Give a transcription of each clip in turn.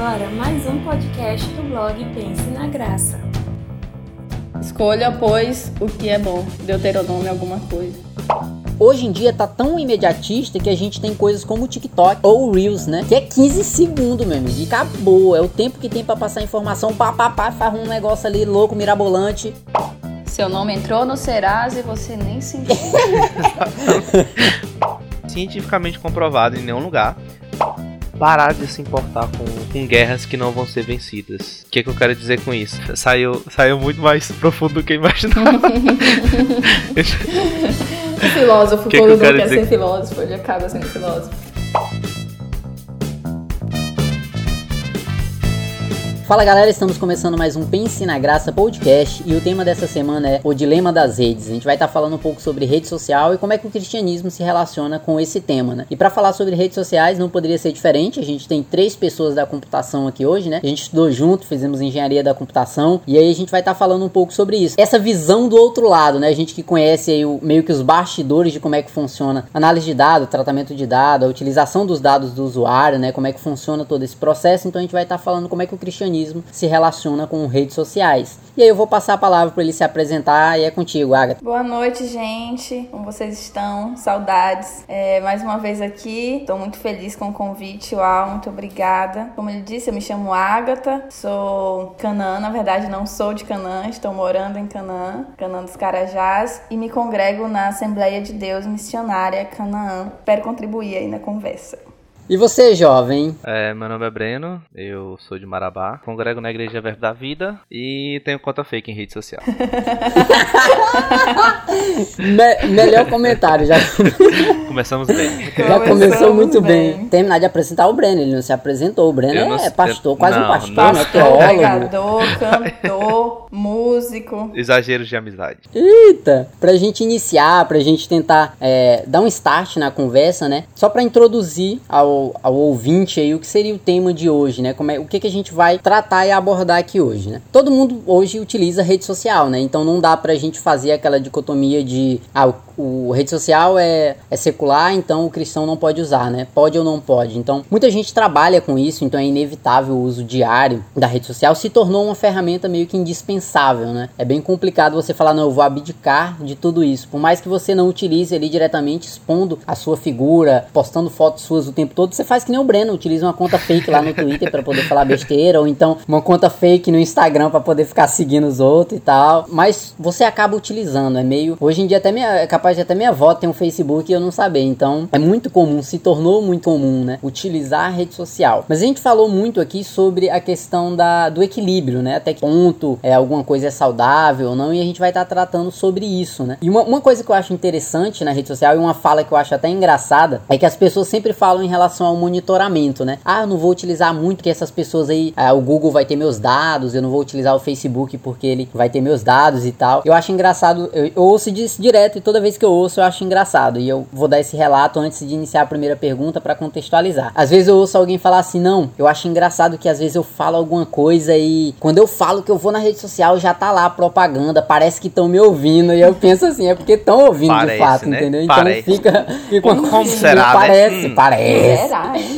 agora mais um podcast do blog Pense na Graça. Escolha, pois, o que é bom. Deuteronômio alguma coisa. Hoje em dia tá tão imediatista que a gente tem coisas como o TikTok ou o Reels, né? Que é 15 segundos, meu amigo. E acabou. É o tempo que tem pra passar informação. Faz um negócio ali louco, mirabolante. Seu nome entrou no Serasa e você nem sentiu. Cientificamente comprovado em nenhum lugar. Parar de se importar com guerras que não vão ser vencidas. O que eu quero dizer com isso? Saiu muito mais profundo do que eu imaginava. O filósofo, quando não quer ser filósofo, ele acaba sendo filósofo. Fala galera, estamos começando mais um Pense na Graça podcast e o tema dessa semana é o dilema das redes. A gente vai estar falando um pouco sobre rede social e como é que o cristianismo se relaciona com esse tema, né? E para falar sobre redes sociais não poderia ser diferente, a gente tem 3 pessoas da computação aqui hoje, né? A gente estudou junto, fizemos engenharia da computação e aí a gente vai estar falando um pouco sobre isso. Essa visão do outro lado, né? A gente que conhece aí meio que os bastidores de como é que funciona análise de dados, tratamento de dados, a utilização dos dados do usuário, né? Como é que funciona todo esse processo, então a gente vai estar falando como é que o cristianismo se relaciona com redes sociais. E aí eu vou passar a palavra para ele se apresentar e é contigo, Agatha. Boa noite, gente. Como vocês estão? Saudades. Mais uma vez aqui. Estou muito feliz com o convite. Uau, muito obrigada. Como ele disse, eu me chamo Agatha. Sou Canaã. Na verdade, não sou de Canaã. Estou morando em Canaã dos Carajás. E me congrego na Assembleia de Deus Missionária Canaã. Espero contribuir aí na conversa. E você, jovem? Meu nome é Breno, eu sou de Marabá, congrego na Igreja Verbo da Vida e tenho conta fake em rede social. Melhor comentário, já. Começamos bem. Já começou muito bem. Terminar de apresentar o Breno, ele não se apresentou. O Breno é pastor, quase um pastor, né? Teólogo. Pregador, cantor, músico. Exageros de amizade. Eita! Pra gente iniciar, pra gente tentar dar um start na conversa, né? Só pra introduzir ao ouvinte aí o que seria o tema de hoje, né? O que a gente vai tratar e abordar aqui hoje, né? Todo mundo hoje utiliza rede social, né? Então não dá pra gente fazer aquela dicotomia de o rede social é secular, então o cristão não pode usar, né? Pode ou não pode. Então, muita gente trabalha com isso, então é inevitável o uso diário da rede social. Se tornou uma ferramenta meio que indispensável, né? É bem complicado você falar, não, eu vou abdicar de tudo isso. Por mais que você não utilize ali diretamente, expondo a sua figura, postando fotos suas o tempo todo, você faz que nem o Breno, utiliza uma conta fake lá no Twitter pra poder falar besteira, ou então uma conta fake no Instagram pra poder ficar seguindo os outros e tal. Mas você acaba utilizando, é meio... Hoje em dia é capaz de até minha avó ter um Facebook e eu não saber. Então é muito comum, se tornou muito comum, né? Utilizar a rede social. Mas a gente falou muito aqui sobre a questão do equilíbrio, né? Até que ponto alguma coisa é saudável ou não, e a gente vai estar tratando sobre isso, né? E uma coisa que eu acho interessante na rede social, e uma fala que eu acho até engraçada, é que as pessoas sempre falam em relação ao monitoramento, né? Eu não vou utilizar muito, que essas pessoas aí, o Google vai ter meus dados, eu não vou utilizar o Facebook porque ele vai ter meus dados e tal. Eu acho engraçado, eu ouço isso direto e toda vez que eu ouço eu acho engraçado, e eu vou dar esse relato antes de iniciar a primeira pergunta para contextualizar. Às vezes eu ouço alguém falar assim, não, eu acho engraçado que às vezes eu falo alguma coisa e quando eu falo que eu vou na rede social já tá lá a propaganda, parece que estão me ouvindo, e eu penso assim, é porque estão ouvindo parece, de fato, né? Entendeu? Então fica como será, parece, né? Parece. Será, hein?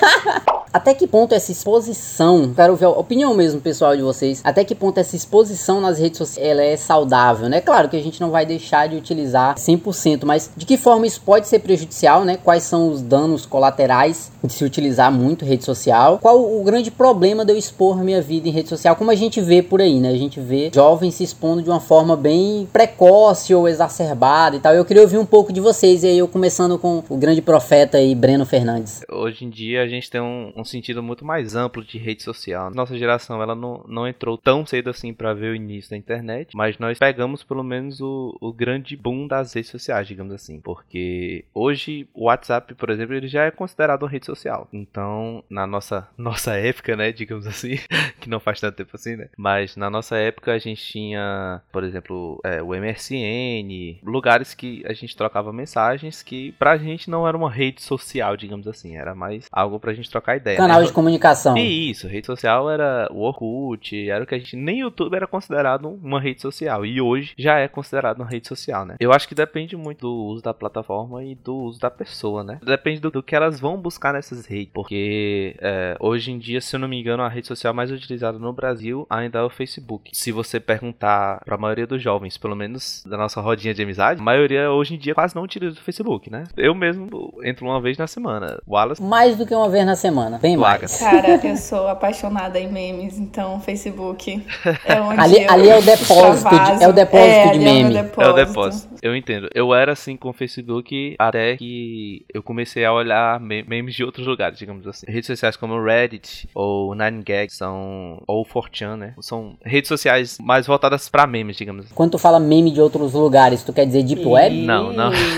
Até que ponto essa exposição, quero ver a opinião mesmo pessoal de vocês, até que ponto essa exposição nas redes sociais ela é saudável, né? Claro que a gente não vai deixar de utilizar 100%, mas de que forma isso pode ser prejudicial, né? Quais são os danos colaterais de se utilizar muito rede social? Qual o grande problema de eu expor minha vida em rede social? Como a gente vê por aí, né? A gente vê jovens se expondo de uma forma bem precoce ou exacerbada e tal. Eu queria ouvir um pouco de vocês, e aí eu começando com o grande profeta aí, Breno Fernandes. Hoje em dia a gente tem um sentido muito mais amplo de rede social. Nossa geração, ela não entrou tão cedo assim para ver o início da internet, mas nós pegamos pelo menos o grande boom das redes sociais, digamos assim, porque hoje o WhatsApp, por exemplo, ele já é considerado uma rede social. Então, na nossa época, né, digamos assim, que não faz tanto tempo assim, né, mas na nossa época a gente tinha, por exemplo, o MSN, lugares que a gente trocava mensagens que pra gente não era uma rede social, digamos assim, era mais algo pra gente trocar ideia. ideia. Canal né? de comunicação. E isso, rede social era o Orkut, era o que a gente... Nem YouTube era considerado uma rede social, e hoje já é considerado uma rede social, né? Eu acho que depende muito do uso da plataforma e do uso da pessoa, né? Depende do que elas vão buscar nessas redes, porque hoje em dia, se eu não me engano, a rede social mais utilizada no Brasil ainda é o Facebook. Se você perguntar pra maioria dos jovens, pelo menos da nossa rodinha de amizade, a maioria hoje em dia quase não utiliza o Facebook, né? Eu mesmo entro uma vez na semana. O Wallace... Mais do que uma vez na semana, bem mais. Cara, eu sou apaixonada em memes, então Facebook é onde ali é o depósito, de meme. É o depósito. Eu entendo. Eu era assim com o Facebook até que eu comecei a olhar memes de outros lugares, digamos assim. Redes sociais como o Reddit ou 9gag ou 4chan, né? São redes sociais mais voltadas pra memes, digamos assim. Quando tu fala meme de outros lugares, tu quer dizer Deep Web? Não.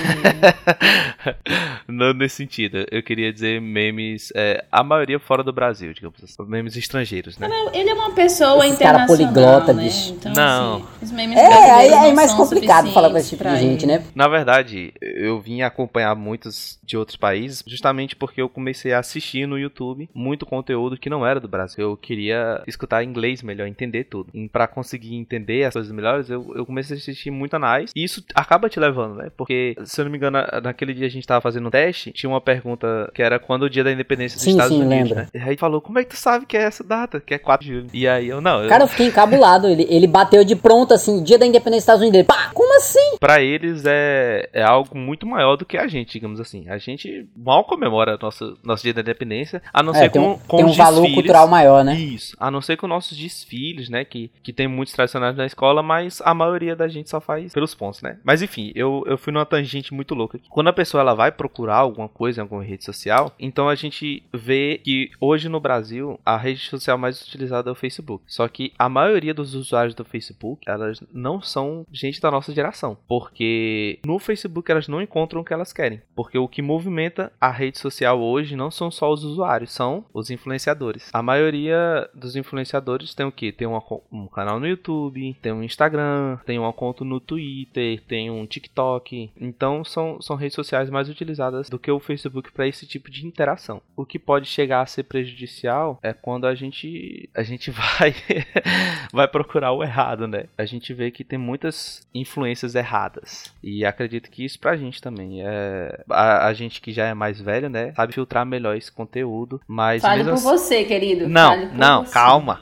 Não nesse sentido. Eu queria dizer memes, a maioria fora do Brasil, digamos assim. Memes estrangeiros, né? Ele é uma pessoa esse cara internacional, poliglota, né? bicho. Então, não. Assim, os memes aí não é mais são complicado falar com esse tipo de suficientes gente, né? Na verdade, eu vim acompanhar muitos de outros países justamente porque eu comecei a assistir no YouTube muito conteúdo que não era do Brasil. Eu queria escutar inglês melhor, entender tudo. E pra conseguir entender as coisas melhores, eu comecei a assistir muito anais. E isso acaba te levando, né? Porque, se eu não me engano, naquele dia a gente tava fazendo um teste, tinha uma pergunta que era quando o dia da independência dos Estados Unidos, lembro. né? E aí falou, como é que tu sabe que é essa data? Que é 4 de julho. E aí Cara, eu fiquei encabulado. Ele bateu de pronto, assim, dia da independência dos Estados Unidos. Pá, como assim? Pra eles é algo muito maior do que a gente, digamos assim. A gente mal comemora nosso dia da independência, a não ser com tem os um valor desfiles. cultural maior, né? Isso, a não ser com nossos desfiles, né, que tem muitos tradicionais na escola, mas a maioria da gente só faz pelos pontos, né. Mas enfim, eu fui numa tangente muito louca. Quando a pessoa ela vai procurar alguma coisa em alguma rede social, então a gente vê que hoje no Brasil, a rede social mais utilizada é o Facebook. Só que a maioria dos usuários do Facebook, elas não são gente da nossa geração, porque no Facebook elas não encontram o que elas querem, porque o que movimenta a rede social hoje não são só os usuários, são os influenciadores. A maioria dos influenciadores tem o quê? Tem um canal no YouTube, tem um Instagram, tem uma conta no Twitter, tem um TikTok. Então são redes sociais mais utilizadas do que o Facebook para esse tipo de interação. O que pode chegar a ser prejudicial é quando a gente vai procurar o errado, né? A gente vê que tem muitas influências erradas. E acredito que isso pra gente também a gente que já é mais velho, né, sabe filtrar melhor esse conteúdo, mas Fale mesmo por você, querido. Não, calma.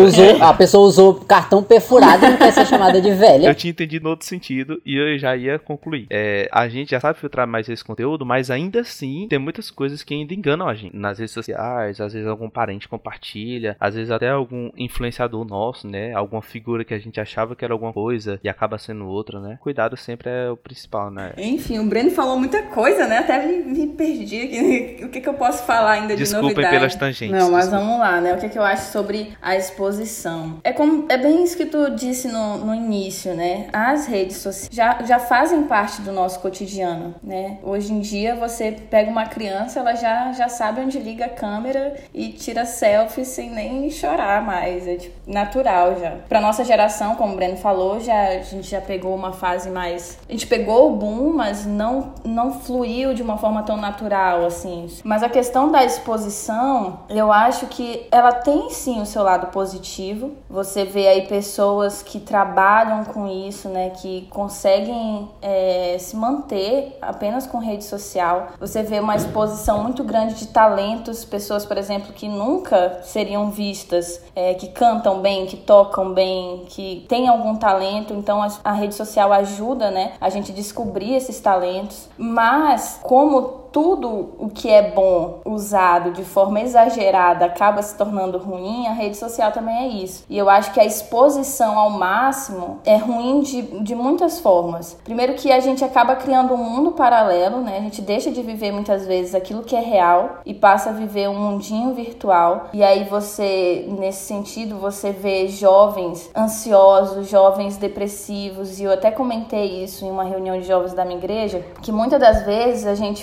A pessoa usou cartão perfurado e não quer ser chamada de velha. Eu tinha entendido no outro sentido e eu já ia concluir. A gente já sabe filtrar mais esse conteúdo, mas ainda assim tem muitas coisas que ainda enganam a gente. Nas redes sociais, às vezes algum parente compartilha, às vezes até algum influenciador nosso, né, alguma figura que a gente achava que era alguma coisa e acaba sendo outra, né. Cuidado sempre é o principal, né. Enfim, o Breno falou muita coisa, né, até me perdi aqui. O que eu posso falar ainda de novidade? Desculpem pelas tangentes. Não, mas vamos lá, né, o que eu acho sobre a exposição. É bem isso que tu disse no início, né, as redes sociais já fazem parte do nosso cotidiano, né. Hoje em dia você pega uma criança, ela já sabe onde liga a câmera e tira selfie sem nem chorar mais, é tipo, natural já. Pra nossa geração, como o Breno falou, a gente já pegou uma fase mais... A gente pegou o boom, mas não fluiu de uma forma tão natural, assim. Mas a questão da exposição, eu acho que ela tem sim o seu lado positivo. Você vê aí pessoas que trabalham com isso, né, que conseguem se manter apenas com rede social. Você vê uma exposição muito grande de talentos, pessoas, por exemplo, que nunca seriam vistas, que cantam bem, que tocam bem, que têm algum talento. Então a rede social ajuda, né, a gente descobrir esses talentos. Mas como tudo o que é bom usado de forma exagerada acaba se tornando ruim, a rede social também é isso. E eu acho que a exposição ao máximo é ruim de muitas formas. Primeiro que a gente acaba criando um mundo paralelo, né? A gente deixa de viver muitas vezes aquilo que é real e passa a viver um mundinho virtual. E aí nesse sentido, você vê jovens ansiosos, jovens depressivos, e eu até comentei isso em uma reunião de jovens da minha igreja, que muitas das vezes a gente fica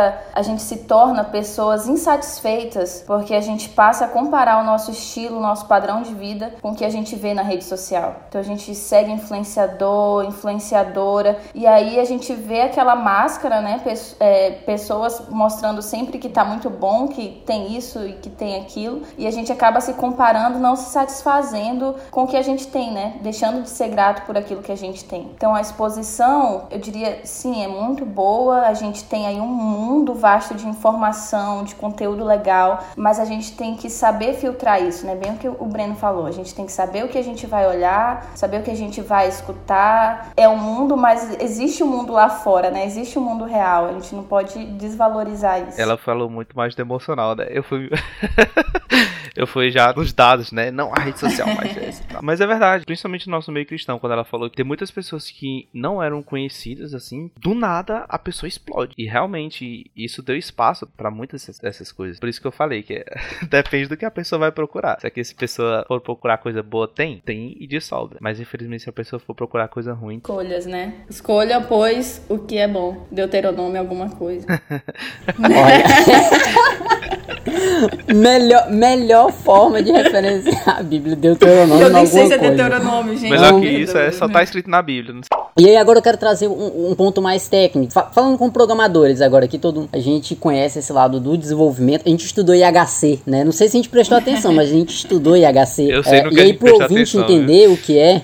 a gente se torna pessoas insatisfeitas porque a gente passa a comparar o nosso estilo, o nosso padrão de vida com o que a gente vê na rede social. Então a gente segue influenciador, influenciadora, e aí a gente vê aquela máscara, né? Pessoas mostrando sempre que tá muito bom, que tem isso e que tem aquilo, e a gente acaba se comparando, não se satisfazendo com o que a gente tem, né? Deixando de ser grato por aquilo que a gente tem. Então a exposição, eu diria, sim, é muito boa, a gente tem aí um mundo vasto de informação, de conteúdo legal, mas a gente tem que saber filtrar isso, né? Bem o que o Breno falou, a gente tem que saber o que a gente vai olhar, saber o que a gente vai escutar. É um mundo, mas existe um mundo lá fora, né? Existe um mundo real, a gente não pode desvalorizar isso. Ela falou muito mais do emocional, né? Eu fui eu fui já nos dados, né? Não a rede social mais essa. Mas é verdade, principalmente no nosso meio cristão, quando ela falou que tem muitas pessoas que não eram conhecidas, assim, do nada a pessoa explode. E realmente isso deu espaço pra muitas dessas coisas. Por isso que eu falei que depende do que a pessoa vai procurar. Se a pessoa for procurar coisa boa, tem e de sobra. Mas infelizmente se a pessoa for procurar coisa ruim... Escolhas, né? Escolha, pois, o que é bom. Deuteronômio alguma coisa. Melhor forma de referenciar a Bíblia, Deuteronômio. Eu nem sei se é Deuteronômio, gente. Melhor que isso, só tá escrito na Bíblia. Não sei. E aí agora eu quero trazer um ponto mais técnico. Falando com programadores agora, que a gente conhece esse lado do desenvolvimento. A gente estudou IHC, né? Não sei se a gente prestou atenção, mas a gente estudou IHC. Eu sei no que e a aí gente pro ouvinte entender o que é...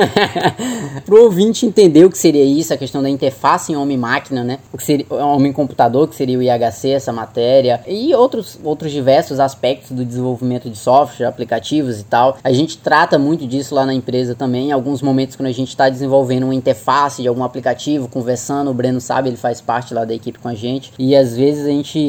pro ouvinte entender o que seria isso, a questão da interface em homem-máquina, né? O que seria homem-computador, que seria o IHC, essa matéria. E outros diversos aspectos do desenvolvimento de software, aplicativos e tal. A gente trata muito disso lá na empresa também. Em alguns momentos quando a gente está desenvolvendo uma interface de algum aplicativo, conversando, o Breno sabe, ele faz parte lá da equipe com a gente. E às vezes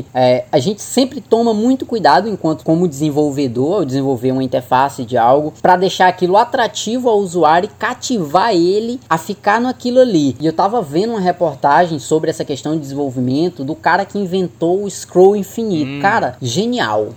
a gente sempre toma muito cuidado como desenvolvedor, ao desenvolver uma interface de algo, para deixar aquilo atrativo ao usuário e cativar ele a ficar naquilo ali. E eu tava vendo uma reportagem sobre essa questão de desenvolvimento do cara que inventou o scroll infinito. Cara, genial.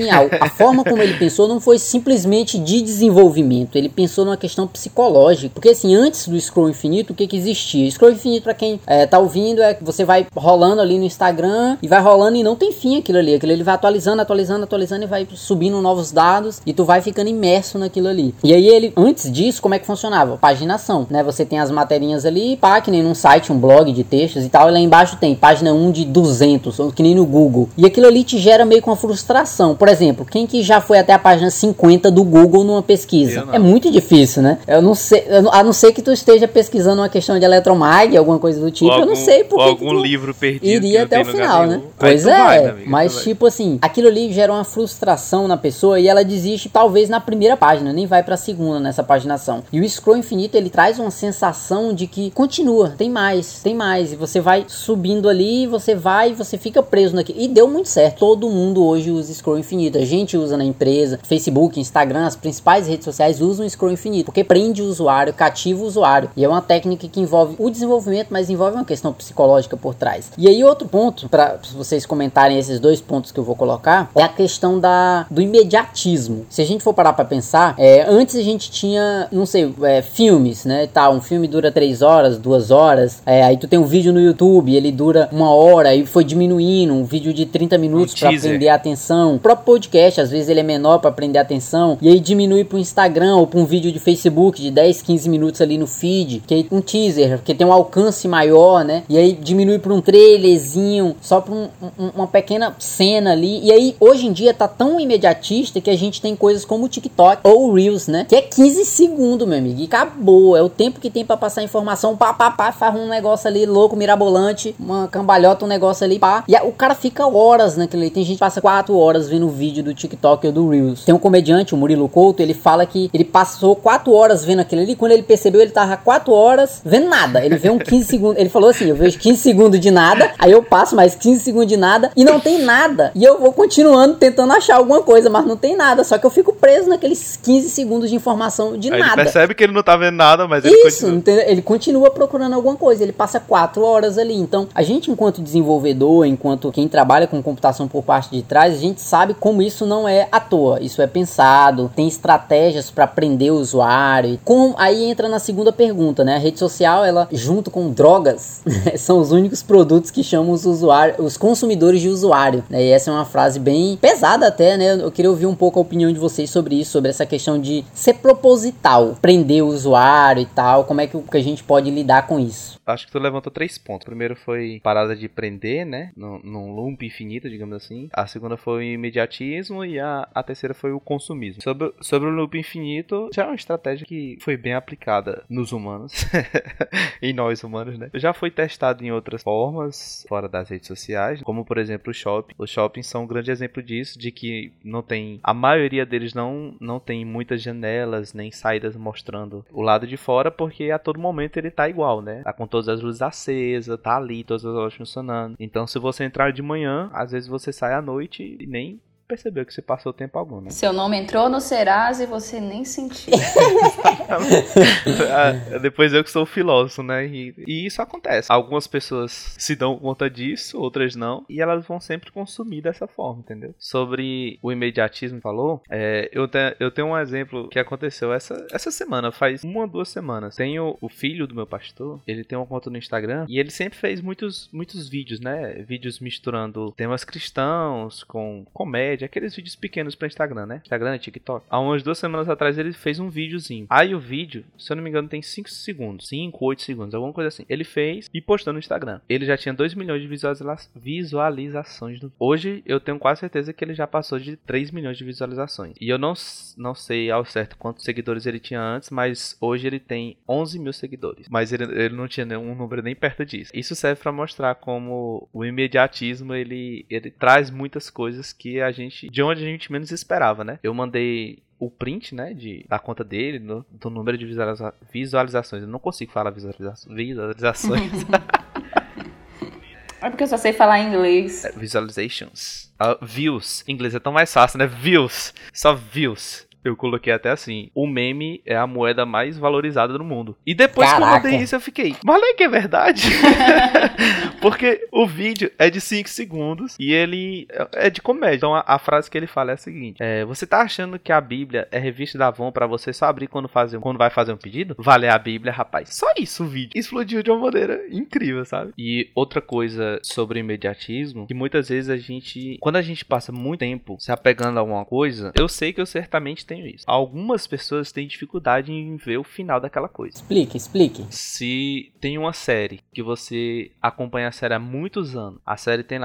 A forma como ele pensou não foi simplesmente de desenvolvimento, ele pensou numa questão psicológica, porque assim, antes do scroll infinito, o que existia? Scroll infinito, pra quem tá ouvindo, é que você vai rolando ali no Instagram e vai rolando e não tem fim aquilo ali vai atualizando e vai subindo novos dados e tu vai ficando imerso naquilo ali. E aí antes disso, como é que funcionava? Paginação, né? Você tem as materinhas ali, que nem num site, um blog de textos e tal, e lá embaixo tem página 1 de 200, ou que nem no Google. E aquilo ali te gera meio com uma frustração. Por exemplo, quem que já foi até a página 50 do Google numa pesquisa? É muito difícil, né? Eu não sei, a não ser que tu esteja pesquisando uma questão de eletromag, alguma coisa do tipo, eu não sei porque algum livro perdido iria até o final, né? Pois mas tipo assim, aquilo ali gera uma frustração na pessoa e ela desiste talvez na primeira página, nem vai pra segunda nessa paginação. E o scroll infinito, ele traz uma sensação de que continua, tem mais, e você vai subindo ali, você fica preso naquilo. E deu muito certo. Todo mundo hoje usa scroll infinito. A gente usa na empresa, Facebook, Instagram, as principais redes sociais usam scroll infinito, porque prende o usuário, cativa o usuário. E é uma técnica que envolve o desenvolvimento, mas envolve uma questão psicológica por trás. E aí outro ponto, para vocês comentarem esses dois pontos que eu vou colocar, é a questão do imediatismo. Se a gente for parar pra pensar, antes a gente tinha, não sei, filmes, né, um filme dura 3 horas, 2 horas, aí tu tem um vídeo no YouTube, ele dura 1 hora, e foi diminuindo, um vídeo de 30 minutos pra prender a atenção. O próprio podcast, às vezes ele é menor pra prender a atenção, e aí diminui pro Instagram, ou pra um vídeo de Facebook de 10, 15 minutos ali no feed, que é um teaser, que tem um alcance maior, né, e aí diminui pra um trailerzinho, só pra uma pequena cena ali, e aí hoje em dia tá tão imediatista que a gente tem coisas como o TikTok ou o Reels, né, que é 15 segundos, meu amigo, e acabou, é o tempo que tem pra passar informação, faz um negócio ali louco, mirabolante, uma cambalhota, um negócio ali, e o cara fica horas naquilo ali. Tem gente que passa 4 horas vendo o vídeo do TikTok ou do Reels. Tem um comediante, o Murilo Couto, ele fala que ele passou 4 horas vendo aquilo ali, quando ele percebeu, ele tava 4 horas vendo nada, ele vê um 15 segundos, ele falou assim, eu vejo 15 segundos de nada, aí eu passo mais 15 segundos de nada, e não tem nada, e eu vou continuando tentando achar alguma coisa, mas não tem nada, só que eu fico preso naqueles 15 segundos de informação de aí nada. Ele percebe que ele não tá vendo nada, mas ele continua. Ele continua procurando alguma coisa, ele passa 4 horas ali. Então, a gente, enquanto desenvolvedor, enquanto quem trabalha com computação por parte de trás, a gente sabe como isso não é à toa, isso é pensado, tem estratégias para prender o usuário. Aí entra na segunda pergunta, né? rede social, ela, junto com drogas, são os únicos produtos que chamam os usuários, os consumidores de usuário, né? E essa é uma frase bem pesada até, né? Eu queria ouvir um pouco a opinião de vocês sobre isso, sobre essa questão de ser proposital, prender o usuário e tal, como é que a gente pode lidar com isso? Acho que tu levantou 3 pontos. O primeiro foi parada de prender, né? Num loop infinito, digamos assim. A segunda foi o imediatismo e a terceira foi o consumismo. Sobre o loop infinito, já é uma estratégia que foi bem aplicada nos humanos. Em nós humanos, né? Já foi testado em outras formas, fora das redes sociais, como por exemplo o shopping. Os shoppings são um grande exemplo disso, de que não tem... A maioria deles não tem muitas janelas, nem saídas mostrando o lado de fora, porque a todo momento ele tá igual, né? Tá com todas as luzes acesas, tá ali, todas as lojas funcionando. Então, se você entrar de manhã, às vezes você sai à noite e nem percebeu que você passou tempo algum, né? Seu nome entrou no Serasa e você nem sentiu. Depois eu que sou filósofo, né? E isso acontece. Algumas pessoas se dão conta disso, outras não. E elas vão sempre consumir dessa forma, entendeu? Sobre o imediatismo, falou? Eu tenho um exemplo que aconteceu essa semana, faz 1 ou 2 semanas. Tenho o filho do meu pastor, ele tem uma conta no Instagram e ele sempre fez muitos vídeos, né? Vídeos misturando temas cristãos com comédia, aqueles vídeos pequenos para Instagram, né? Instagram e TikTok. Há umas 2 semanas atrás ele fez um videozinho. Aí o vídeo, se eu não me engano, tem 5 segundos. 5, 8 segundos, alguma coisa assim. Ele fez e postou no Instagram. Ele já tinha 2 milhões de visualizações. Hoje eu tenho quase certeza que ele já passou de 3 milhões de visualizações. E eu não sei ao certo quantos seguidores ele tinha antes, mas hoje ele tem 11 mil seguidores. Mas ele não tinha nenhum número nem perto disso. Isso serve para mostrar como o imediatismo ele traz muitas coisas que de onde a gente menos esperava, né? Eu mandei o print, né, da conta dele, do número de visualizações. Eu não consigo falar visualizações. É porque eu só sei falar em inglês. Visualizations. Views. Em inglês é tão mais fácil, né? Views. Só views. Eu coloquei até assim, o meme é a moeda mais valorizada do mundo. E depois que eu mandei isso, eu fiquei, mas é que é verdade? Porque o vídeo é de 5 segundos e ele é de comédia. Então a frase que ele fala é a seguinte: você tá achando que a Bíblia é revista da Avon pra você só abrir quando vai fazer um pedido? Vale a Bíblia, rapaz. Só isso o vídeo. Explodiu de uma maneira incrível, sabe? E outra coisa sobre o imediatismo, que muitas vezes quando a gente passa muito tempo se apegando a alguma coisa, eu sei que eu certamente tenho isso. Algumas pessoas têm dificuldade em ver o final daquela coisa. Explique. Se tem uma série que você acompanha a série há muitos anos, a série tem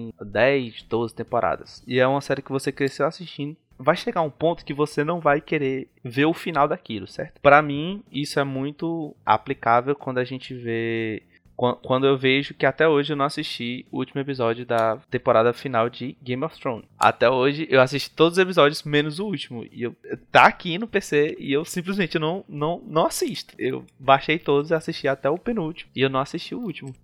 10, 12 temporadas, e é uma série que você cresceu assistindo, vai chegar um ponto que você não vai querer ver o final daquilo, certo? Pra mim, isso é muito aplicável quando a gente vê... Quando eu vejo que até hoje eu não assisti o último episódio da temporada final de Game of Thrones. Até hoje eu assisti todos os episódios, menos o último. E tá aqui no PC e eu simplesmente não assisto. Eu baixei todos e assisti até o penúltimo. E eu não assisti o último.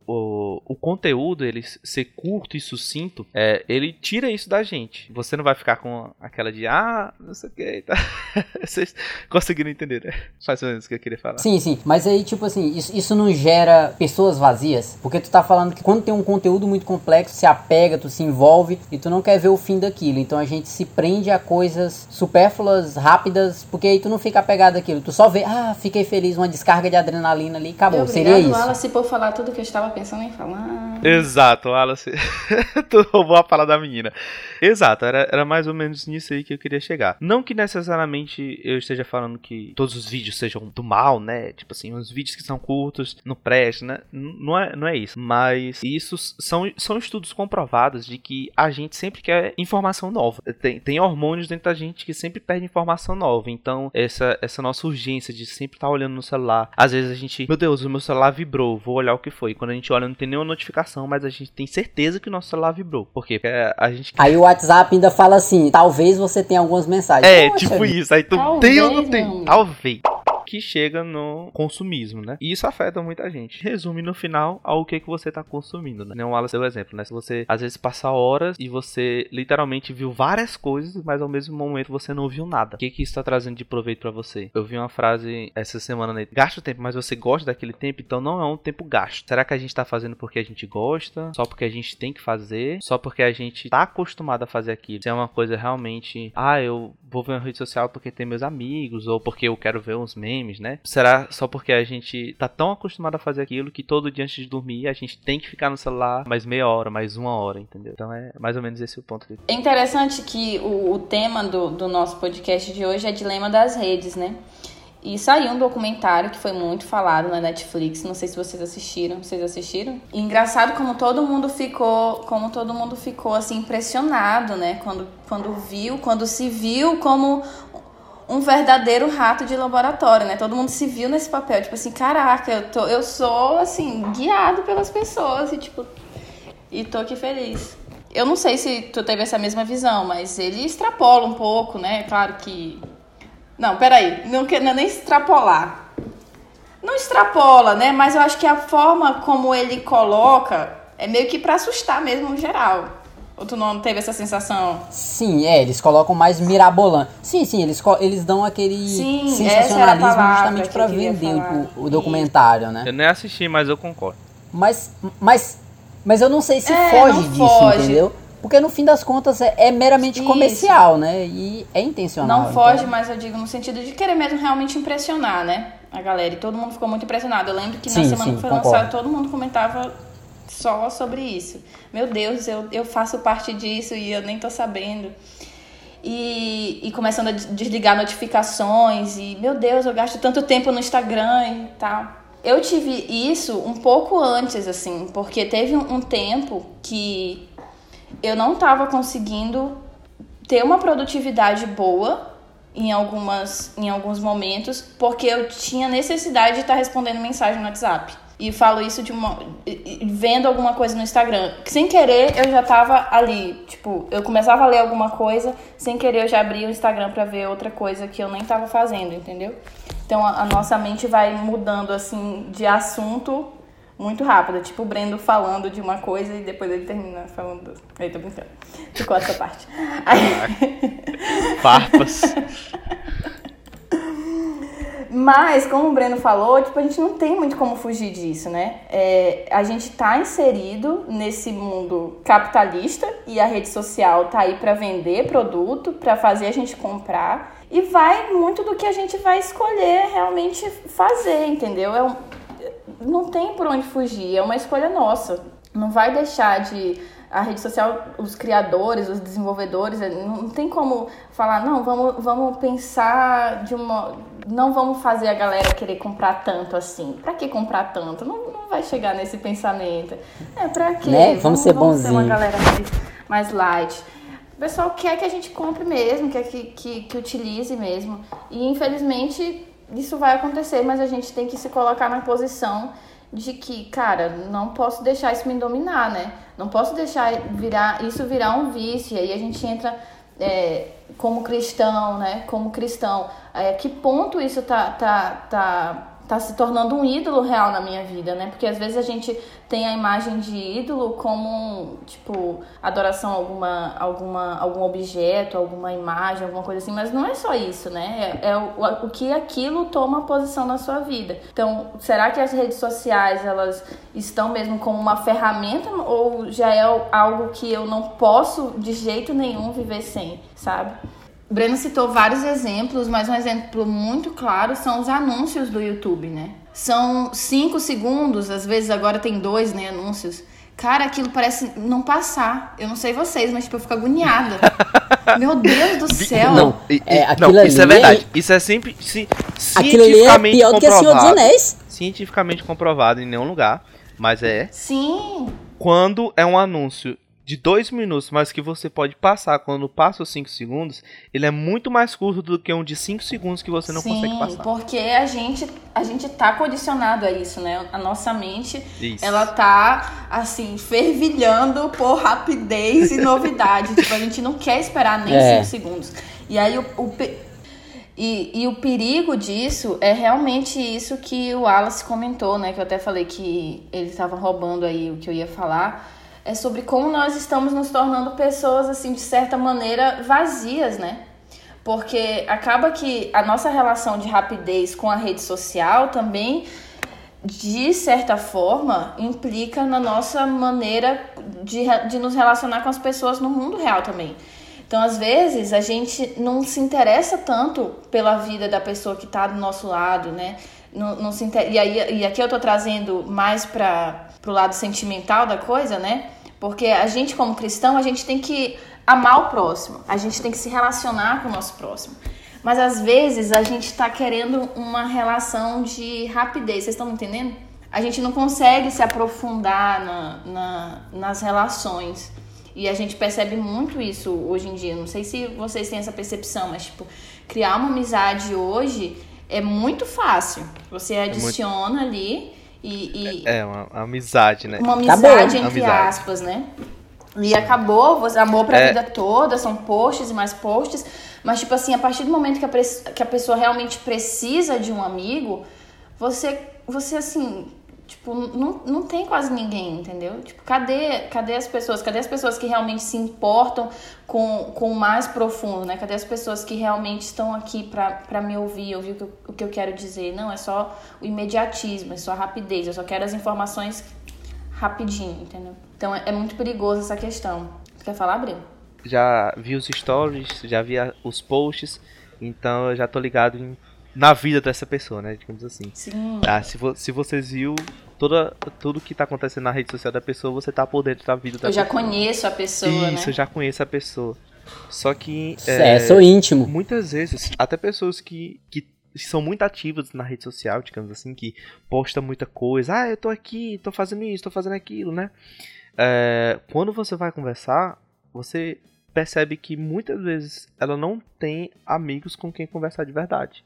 O conteúdo, ele ser curto e sucinto, ele tira isso da gente. Você não vai ficar com aquela de, não sei o que, tá? Vocês conseguiram entender, né? Mais ou menos o que eu queria falar. Sim. Mas aí, tipo assim, isso não gera pessoas vazias? Porque tu tá falando que quando tem um conteúdo muito complexo, se apega, tu se envolve e tu não quer ver o fim daquilo. Então a gente se prende a coisas supérfluas, rápidas, porque aí tu não fica apegado àquilo. Tu só vê, fiquei feliz, uma descarga de adrenalina ali, acabou. Seria isso. Wallace, por falar tudo que eu estava pensando em falar. Exato, Wallace. Tu roubou a fala da menina. Exato, era mais ou menos nisso aí que eu queria chegar. Não que necessariamente eu esteja falando que todos os vídeos sejam do mal, né? Tipo assim, os vídeos que são curtos não prestam, né? Não é isso. Mas isso são estudos comprovados de que a gente sempre quer informação nova. Tem hormônios dentro da gente que sempre pede informação nova. Então, essa nossa urgência de sempre estar olhando no celular. Às vezes a gente, meu Deus, o meu celular vibrou, vou olhar o que foi. Quando a gente olha, não tem nenhuma notificação, mas a gente tem certeza que o nosso celular vibrou. Por quê? Porque a gente... Aí o WhatsApp ainda fala assim, talvez você tenha algumas mensagens. Poxa, tipo isso. Aí tu tem ou não tem? Talvez. Que chega no consumismo, né? E isso afeta muita gente. Resume no final ao que você tá consumindo, né? O Wallace deu o exemplo, né? Se você, às vezes, passa horas e você literalmente viu várias coisas, mas ao mesmo momento você não viu nada. O que isso tá trazendo de proveito pra você? Eu vi uma frase essa semana, né? Gasta o tempo, mas você gosta daquele tempo, então não é um tempo gasto. Será que a gente tá fazendo porque a gente gosta? Só porque a gente tem que fazer? Só porque a gente tá acostumado a fazer aquilo? Se é uma coisa realmente... eu vou ver uma rede social porque tem meus amigos, ou porque eu quero ver uns memes, né? Será só porque a gente tá tão acostumado a fazer aquilo que todo dia antes de dormir a gente tem que ficar no celular mais meia hora, mais uma hora, entendeu? Então é mais ou menos esse o ponto. É interessante que o tema do nosso podcast de hoje é dilema das redes, né? E saiu um documentário que foi muito falado na Netflix. Não sei se vocês assistiram. Vocês assistiram? E engraçado como todo mundo ficou assim impressionado, né? Quando se viu como um verdadeiro rato de laboratório, né? Todo mundo se viu nesse papel, tipo assim, caraca, eu sou assim guiado pelas pessoas e tô aqui feliz. Eu não sei se tu teve essa mesma visão, mas ele extrapola um pouco, né? Claro que não, peraí, não é nem extrapolar. Não extrapola, né? Mas eu acho que a forma como ele coloca é meio que pra assustar mesmo no geral. Ou tu não teve essa sensação? Sim, eles colocam mais mirabolante. Sim, eles dão aquele sensacionalismo justamente pra vender o documentário, né? Eu nem assisti, mas eu concordo. Mas eu não sei se foge disso, entendeu? Porque no fim das contas é meramente comercial, né? E é intencional. Não foge, mas eu digo no sentido de querer mesmo realmente impressionar, né? A galera. E todo mundo ficou muito impressionado. Eu lembro que na semana que foi lançado, todo mundo comentava só sobre isso. Meu Deus, eu faço parte disso e eu nem tô sabendo. E começando a desligar notificações. E, meu Deus, eu gasto tanto tempo no Instagram e tal. Eu tive isso um pouco antes, assim. Porque teve um tempo que eu não estava conseguindo ter uma produtividade boa em alguns momentos, porque eu tinha necessidade de estar respondendo mensagem no WhatsApp. E falo isso vendo alguma coisa no Instagram. Sem querer, eu já estava ali. Tipo, eu começava a ler alguma coisa, sem querer eu já abria o Instagram para ver outra coisa que eu nem estava fazendo, entendeu? Então a nossa mente vai mudando, assim, de assunto muito rápido, tipo o Brendo falando de uma coisa e depois ele termina falando. Aí, tô brincando. Ficou essa parte. Farpas. Mas, como o Breno falou, tipo, a gente não tem muito como fugir disso, né? A gente tá inserido nesse mundo capitalista e a rede social tá aí pra vender produto, pra fazer a gente comprar. E vai muito do que a gente vai escolher realmente fazer, entendeu? Não tem por onde fugir, é uma escolha nossa. Não vai deixar de... A rede social, os criadores, os desenvolvedores, não tem como falar, não, vamos pensar de uma... Não vamos fazer a galera querer comprar tanto assim. Pra que comprar tanto? Não vai chegar nesse pensamento. Pra quê? Né? Vamos ser bonzinhos. Vamos ser uma galera mais light. O pessoal quer que a gente compre mesmo, quer que utilize mesmo. E, infelizmente, isso vai acontecer, mas a gente tem que se colocar na posição de que, cara, não posso deixar isso me dominar, né? Não posso deixar isso virar um vício. E aí a gente entra como cristão, né? Como cristão. Que ponto isso tá se tornando um ídolo real na minha vida, né? Porque às vezes a gente tem a imagem de ídolo como, tipo, adoração a algum objeto, alguma imagem, alguma coisa assim, mas não é só isso, né? É o que aquilo toma posição na sua vida. Então, será que as redes sociais, elas estão mesmo como uma ferramenta ou já é algo que eu não posso de jeito nenhum viver sem, sabe? O Breno citou vários exemplos, mas um exemplo muito claro são os anúncios do YouTube, né? São 5 segundos, às vezes agora tem 2, né, anúncios. Cara, aquilo parece não passar. Eu não sei vocês, mas tipo, eu fico agoniada. Meu Deus do céu. Não, isso é verdade. Isso é sempre aquilo ali é pior do que o Senhor dos Anéis. Cientificamente comprovado em nenhum lugar, mas é. Sim. Quando é um anúncio de 2 minutos, mas que você pode passar quando passa os 5 segundos, ele é muito mais curto do que um de 5 segundos que você não consegue passar. Sim, porque a gente tá condicionado a isso, né? A nossa mente, ela tá, assim, fervilhando por rapidez e novidade. Tipo, a gente não quer esperar nem 5 segundos. E aí, o perigo disso é realmente isso que o Wallace comentou, né? Que eu até falei que ele estava roubando aí o que eu ia falar. É sobre como nós estamos nos tornando pessoas, assim, de certa maneira, vazias, né? Porque acaba que a nossa relação de rapidez com a rede social também, de certa forma, implica na nossa maneira de nos relacionar com as pessoas no mundo real também. Então, às vezes, a gente não se interessa tanto pela vida da pessoa que está do nosso lado, né? Não se inter... e aqui eu tô trazendo mais para pro lado sentimental da coisa, né? Porque a gente, como cristão, a gente tem que amar o próximo. A gente tem que se relacionar com o nosso próximo. Mas, às vezes, a gente está querendo uma relação de rapidez. Vocês estão me entendendo? A gente não consegue se aprofundar nas relações. E a gente percebe muito isso hoje em dia. Não sei se vocês têm essa percepção, mas, tipo, criar uma amizade hoje é muito fácil. Você adiciona ali e... É uma amizade, né? Uma amizade, Acabou. entre aspas, né? E acabou, você amou pra vida toda, são posts e mais posts. Mas, tipo assim, a partir do momento que a pessoa realmente precisa de um amigo, você assim... Tipo, não tem quase ninguém, entendeu? Tipo, cadê as pessoas? Cadê as pessoas que realmente se importam com o mais profundo, né? Cadê as pessoas que realmente estão aqui pra me ouvir o que eu quero dizer? Não, é só o imediatismo, é só a rapidez. Eu só quero as informações rapidinho, entendeu? Então, é muito perigoso essa questão. Você quer falar, Breno? Já vi os stories, já vi os posts, então eu já tô ligado na vida dessa pessoa, né? Digamos assim. Sim. Se vocês viu tudo que tá acontecendo na rede social da pessoa, você tá por dentro da vida da pessoa. Eu já conheço a pessoa, né? Isso, eu já conheço a pessoa. Só que... sou íntimo. Muitas vezes, até pessoas que são muito ativas na rede social, digamos assim, que postam muita coisa. Eu tô aqui, tô fazendo isso, tô fazendo aquilo, né? Quando você vai conversar, você percebe que muitas vezes ela não tem amigos com quem conversar de verdade.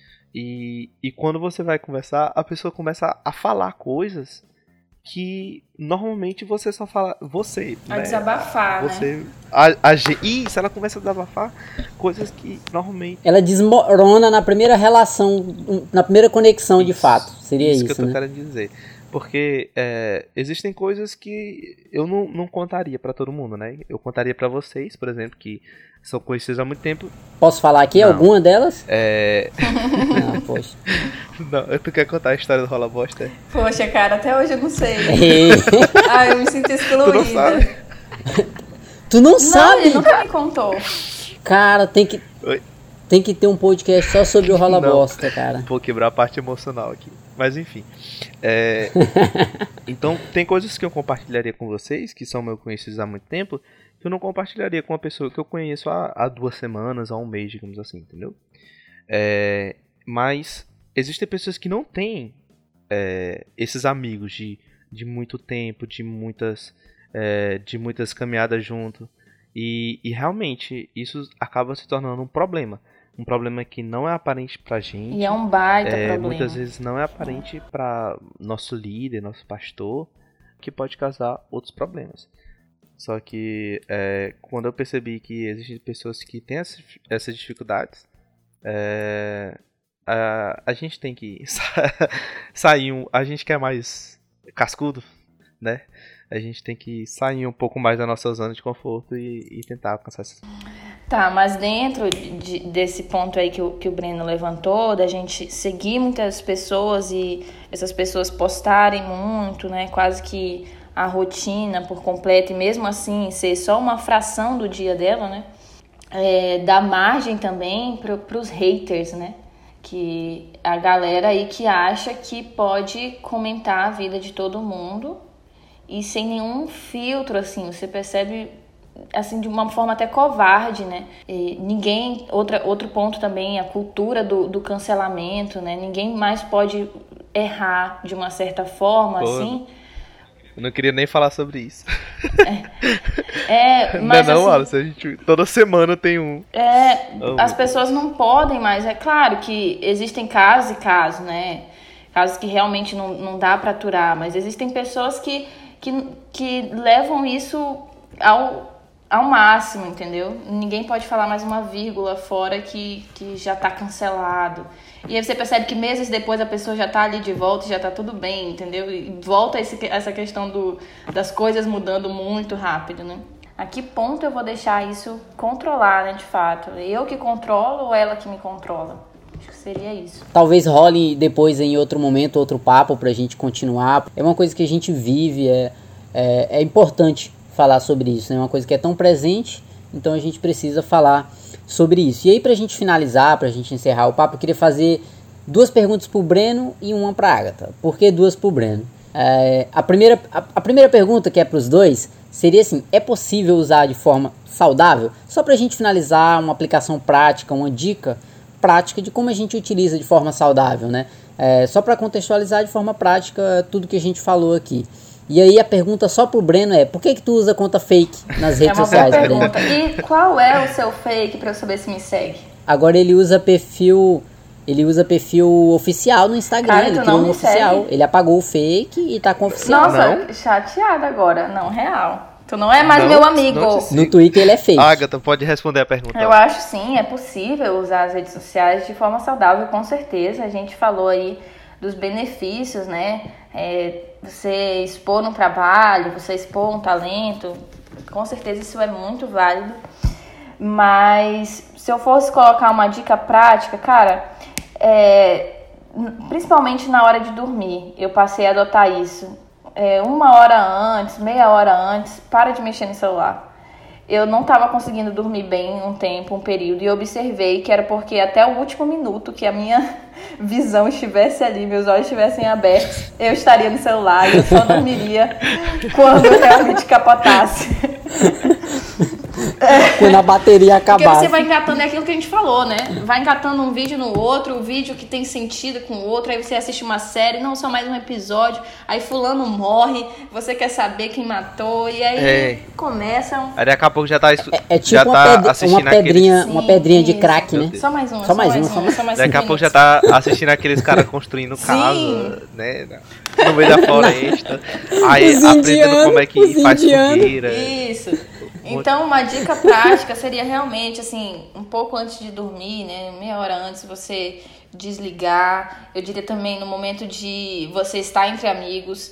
E quando você vai conversar, a pessoa começa a falar coisas que normalmente você só fala... Você, A né? desabafar, Você, né? Isso, ela começa a desabafar coisas que normalmente... Ela desmorona na primeira relação, na primeira conexão de fato. Seria isso, que eu tô né? querendo dizer. Porque existem coisas que eu não contaria pra todo mundo, né? Eu contaria pra vocês, por exemplo, que são conhecidos há muito tempo. Posso falar aqui Não. alguma delas? Não, poxa. Não, tu quer contar a história do Rola Bosta? Poxa, cara, até hoje eu não sei. Ei, Eu me sinto excluída. Tu não sabe? tu não Não, sabe? ele nunca me contou. Cara, tem que ter um podcast só sobre o Rola Não. Bosta, cara. Vou quebrar a parte emocional aqui. Mas enfim. Então, tem coisas que eu compartilharia com vocês, que são meus conhecidos há muito tempo, que eu não compartilharia com uma pessoa que eu conheço há 2 semanas, há um mês, digamos assim, entendeu? Mas existem pessoas que não têm esses amigos de muito tempo, de muitas caminhadas junto. E realmente isso acaba se tornando um problema. Um problema que não é aparente pra gente. E é um baita problema. Muitas vezes não é aparente pra nosso líder, nosso pastor, que pode causar outros problemas. Só que quando eu percebi que existem pessoas que têm essas dificuldades, a gente tem que sair. A gente que é mais cascudo, né? A gente tem que sair um pouco mais da nossa zona de conforto e tentar alcançar essas... Tá, mas dentro desse ponto aí que o Breno levantou, da gente seguir muitas pessoas e essas pessoas postarem muito, né? Quase que a rotina por completo, e mesmo assim ser só uma fração do dia dela, né? Dá margem também pros haters, né? Que a galera aí que acha que pode comentar a vida de todo mundo e sem nenhum filtro, assim, você percebe, assim, de uma forma até covarde, né? Outro ponto também, a cultura do cancelamento, né? Ninguém mais pode errar de uma certa forma, assim. Eu não queria nem falar sobre isso. Mas não, assim, Alice, toda semana tem um. As pessoas não podem mais. É claro que existem casos e casos, né? Casos que realmente não dá pra aturar, mas existem pessoas que levam isso ao máximo, entendeu? Ninguém pode falar mais uma vírgula fora que já tá cancelado. E aí você percebe que meses depois a pessoa já tá ali de volta e já tá tudo bem, entendeu? E volta essa questão das coisas mudando muito rápido, né? A que ponto eu vou deixar isso controlar, né, de fato? Eu que controlo ou ela que me controla? Acho que seria isso. Talvez role depois em outro momento, outro papo pra gente continuar. É uma coisa que a gente vive, é importante falar sobre isso. É uma coisa que é tão presente então a gente precisa falar sobre isso. E aí, pra gente finalizar, pra gente encerrar o papo, eu queria fazer 2 perguntas pro Breno e uma pra Agatha. Por que 2 pro Breno? A primeira pergunta, que é pros dois, seria assim: é possível usar de forma saudável? Só pra gente finalizar, uma aplicação prática, uma dica prática de como a gente utiliza de forma saudável, né? Só pra contextualizar de forma prática tudo que a gente falou aqui. E aí a pergunta só pro Breno é: por que tu usa conta fake nas redes sociais, boa Breno? pergunta. E qual é o seu fake pra eu saber se me segue? Agora ele usa perfil oficial no Instagram. Cara, ele tu criou não um me oficial. segue? Ele apagou o fake e tá com o oficial. Nossa, chateada agora. Não, real. Tu não é mais meu amigo. No Twitter ele é fake. Agatha, pode responder a pergunta. Eu acho sim, é possível usar as redes sociais de forma saudável, com certeza. A gente falou aí dos benefícios, né? Você expor um trabalho, você expor um talento, com certeza isso é muito válido. Mas se eu fosse colocar uma dica prática, cara, principalmente na hora de dormir, eu passei a adotar isso. 1 hora antes, meia hora antes, para de mexer no celular. Eu não estava conseguindo dormir bem um período, e eu observei que era porque até o último minuto que a minha visão estivesse ali, meus olhos estivessem abertos, eu estaria no celular e eu só dormiria quando eu realmente capotasse. Quando a bateria acabasse. Porque você vai engatando, é aquilo que a gente falou, né? Vai engatando um vídeo no outro, um vídeo que tem sentido com o outro, aí você assiste uma série, não só mais um episódio, aí fulano morre, você quer saber quem matou, e aí começam... Aí daqui a pouco já tá tipo já uma pedrinha de crack, né? Só mais uma. Daqui a pouco já tá assistindo aqueles caras construindo casa, né? No meio da floresta. Aí aprendendo como é que faz fogueira. Isso. Então, uma dica prática seria realmente, assim, um pouco antes de dormir, né? Meia hora antes, você desligar. Eu diria também no momento de você estar entre amigos.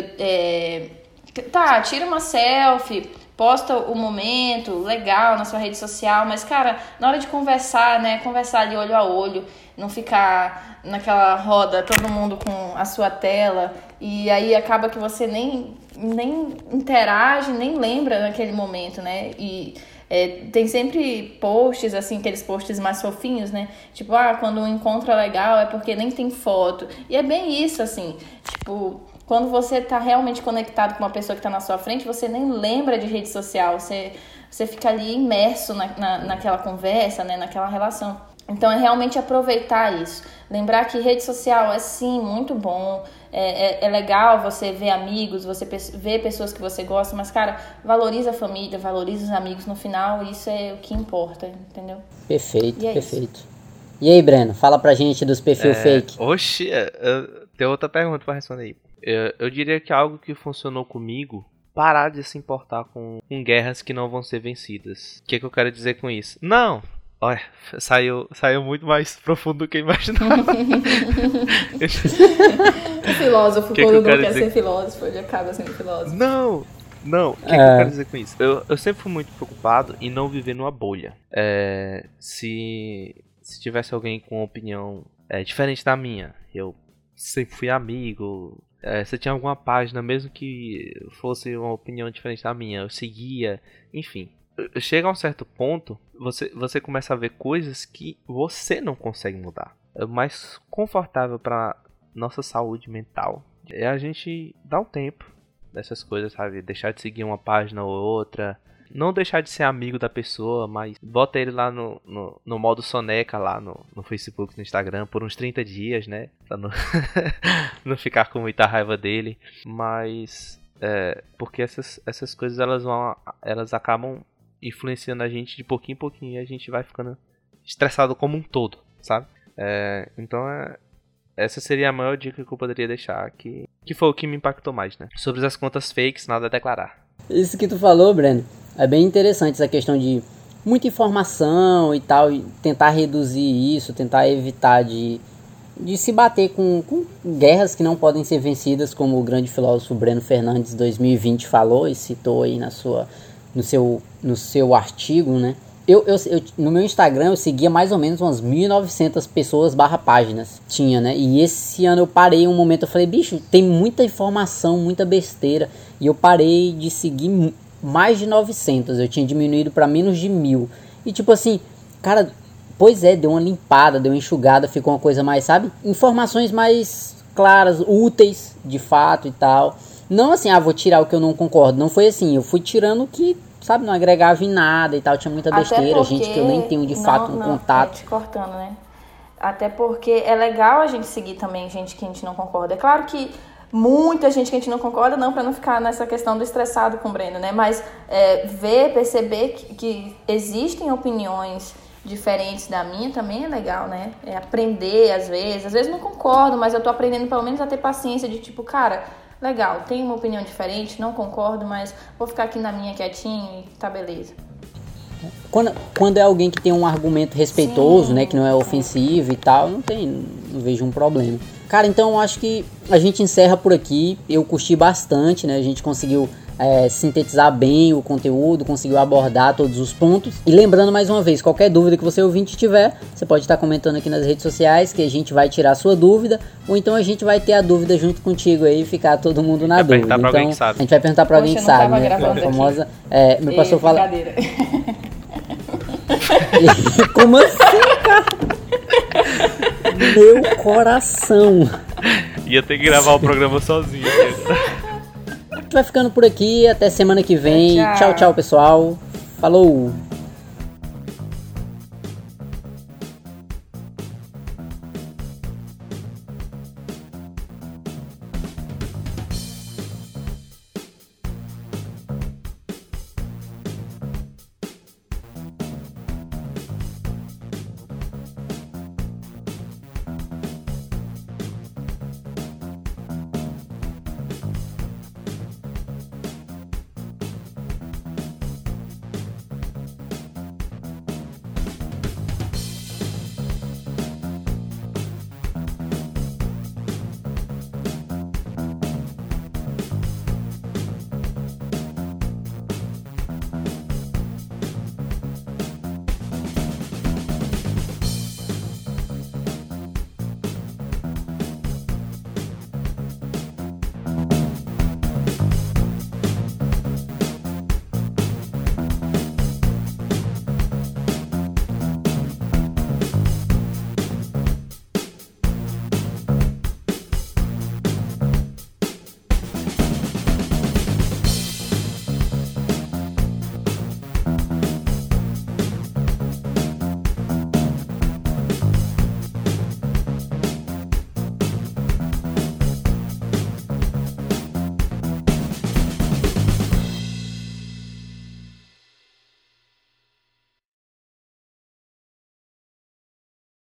Tira uma selfie, posta o momento legal na sua rede social, mas, cara, na hora de conversar, né? Conversar ali olho a olho, não ficar naquela roda, todo mundo com a sua tela, e aí acaba que você nem interage, nem lembra naquele momento, né? E tem sempre posts, assim, aqueles posts mais fofinhos, né? Tipo, quando um encontro é legal é porque nem tem foto. E é bem isso, assim, tipo... Quando você tá realmente conectado com uma pessoa que tá na sua frente, você nem lembra de rede social, você fica ali imerso naquela conversa, né, naquela relação. Então, é realmente aproveitar isso. Lembrar que rede social é, sim, muito bom, é legal você ver amigos, você ver pessoas que você gosta, mas, cara, valoriza a família, valoriza os amigos. No final, isso é o que importa, entendeu? Perfeito, perfeito. Isso. E aí, Breno, fala pra gente dos perfil fake. Oxi, tem outra pergunta pra responder aí. Eu diria que algo que funcionou comigo, parar de se importar com guerras que não vão ser vencidas. O que eu quero dizer com isso? Não! Olha, saiu muito mais profundo do que eu imaginava. O filósofo, quando não quer ser filósofo, ele acaba sendo filósofo. Não! O que eu quero dizer com isso? Eu sempre fui muito preocupado em não viver numa bolha. Se tivesse alguém com uma opinião diferente da minha, eu sempre fui amigo... se tinha alguma página, mesmo que fosse uma opinião diferente da minha, eu seguia, enfim. Chega a um certo ponto, você começa a ver coisas que você não consegue mudar. O mais confortável para nossa saúde mental é a gente dar um tempo dessas coisas, sabe? Deixar de seguir uma página ou outra. Não deixar de ser amigo da pessoa, mas bota ele lá no modo soneca lá no Facebook, no Instagram, por uns 30 dias, né? Pra não ficar com muita raiva dele. Mas, porque essas coisas elas acabam influenciando a gente de pouquinho em pouquinho, e a gente vai ficando estressado como um todo, sabe? Então, essa seria a maior dica que eu poderia deixar, que foi o que me impactou mais, né? Sobre as contas fakes, nada a declarar. Isso que tu falou, Breno, é bem interessante, essa questão de muita informação e tal, e tentar reduzir isso, tentar evitar de se bater com guerras que não podem ser vencidas, como o grande filósofo Breno Fernandes 2020 falou e citou aí no seu artigo, né? Eu, no meu Instagram eu seguia mais ou menos umas 1.900 pessoas /páginas, tinha, né? E esse ano eu parei um momento, eu falei, bicho, tem muita informação, muita besteira, e eu parei de seguir mais de 900, eu tinha diminuído para menos de 1.000. E tipo assim, cara, pois é, deu uma limpada, deu uma enxugada, ficou uma coisa mais, sabe? Informações mais claras, úteis, de fato e tal. Não assim, vou tirar o que eu não concordo. Não foi assim, eu fui tirando o que, sabe, não agregava em nada e tal. Tinha muita besteira, gente que eu nem tenho de fato um contato. Te cortando, né? Até porque é legal a gente seguir também gente que a gente não concorda. É claro que muita gente que a gente não concorda, não, pra não ficar nessa questão do estressado com o Breno, né? Mas perceber que existem opiniões diferentes da minha também é legal, né? É aprender às vezes não concordo, mas eu tô aprendendo pelo menos a ter paciência de tipo, cara, legal, tenho uma opinião diferente, não concordo, mas vou ficar aqui na minha quietinho e tá beleza. Quando é alguém que tem um argumento respeitoso, sim, né, que não é ofensivo e tal, não vejo um problema. Cara, então eu acho que a gente encerra por aqui. Eu curti bastante, né? A gente conseguiu sintetizar bem o conteúdo, conseguiu abordar todos os pontos. E lembrando mais uma vez, qualquer dúvida que você ouvinte tiver, você pode estar comentando aqui nas redes sociais que a gente vai tirar a sua dúvida, ou então a gente vai ter a dúvida junto contigo aí e ficar todo mundo na dúvida. Então, a gente vai perguntar pra alguém que sabe, né? A famosa, meu pastor fala... Como assim, cara? Meu coração. Ia ter que gravar o programa sozinho. A gente vai ficando por aqui. Até semana que vem. Tchau, tchau, pessoal. Falou.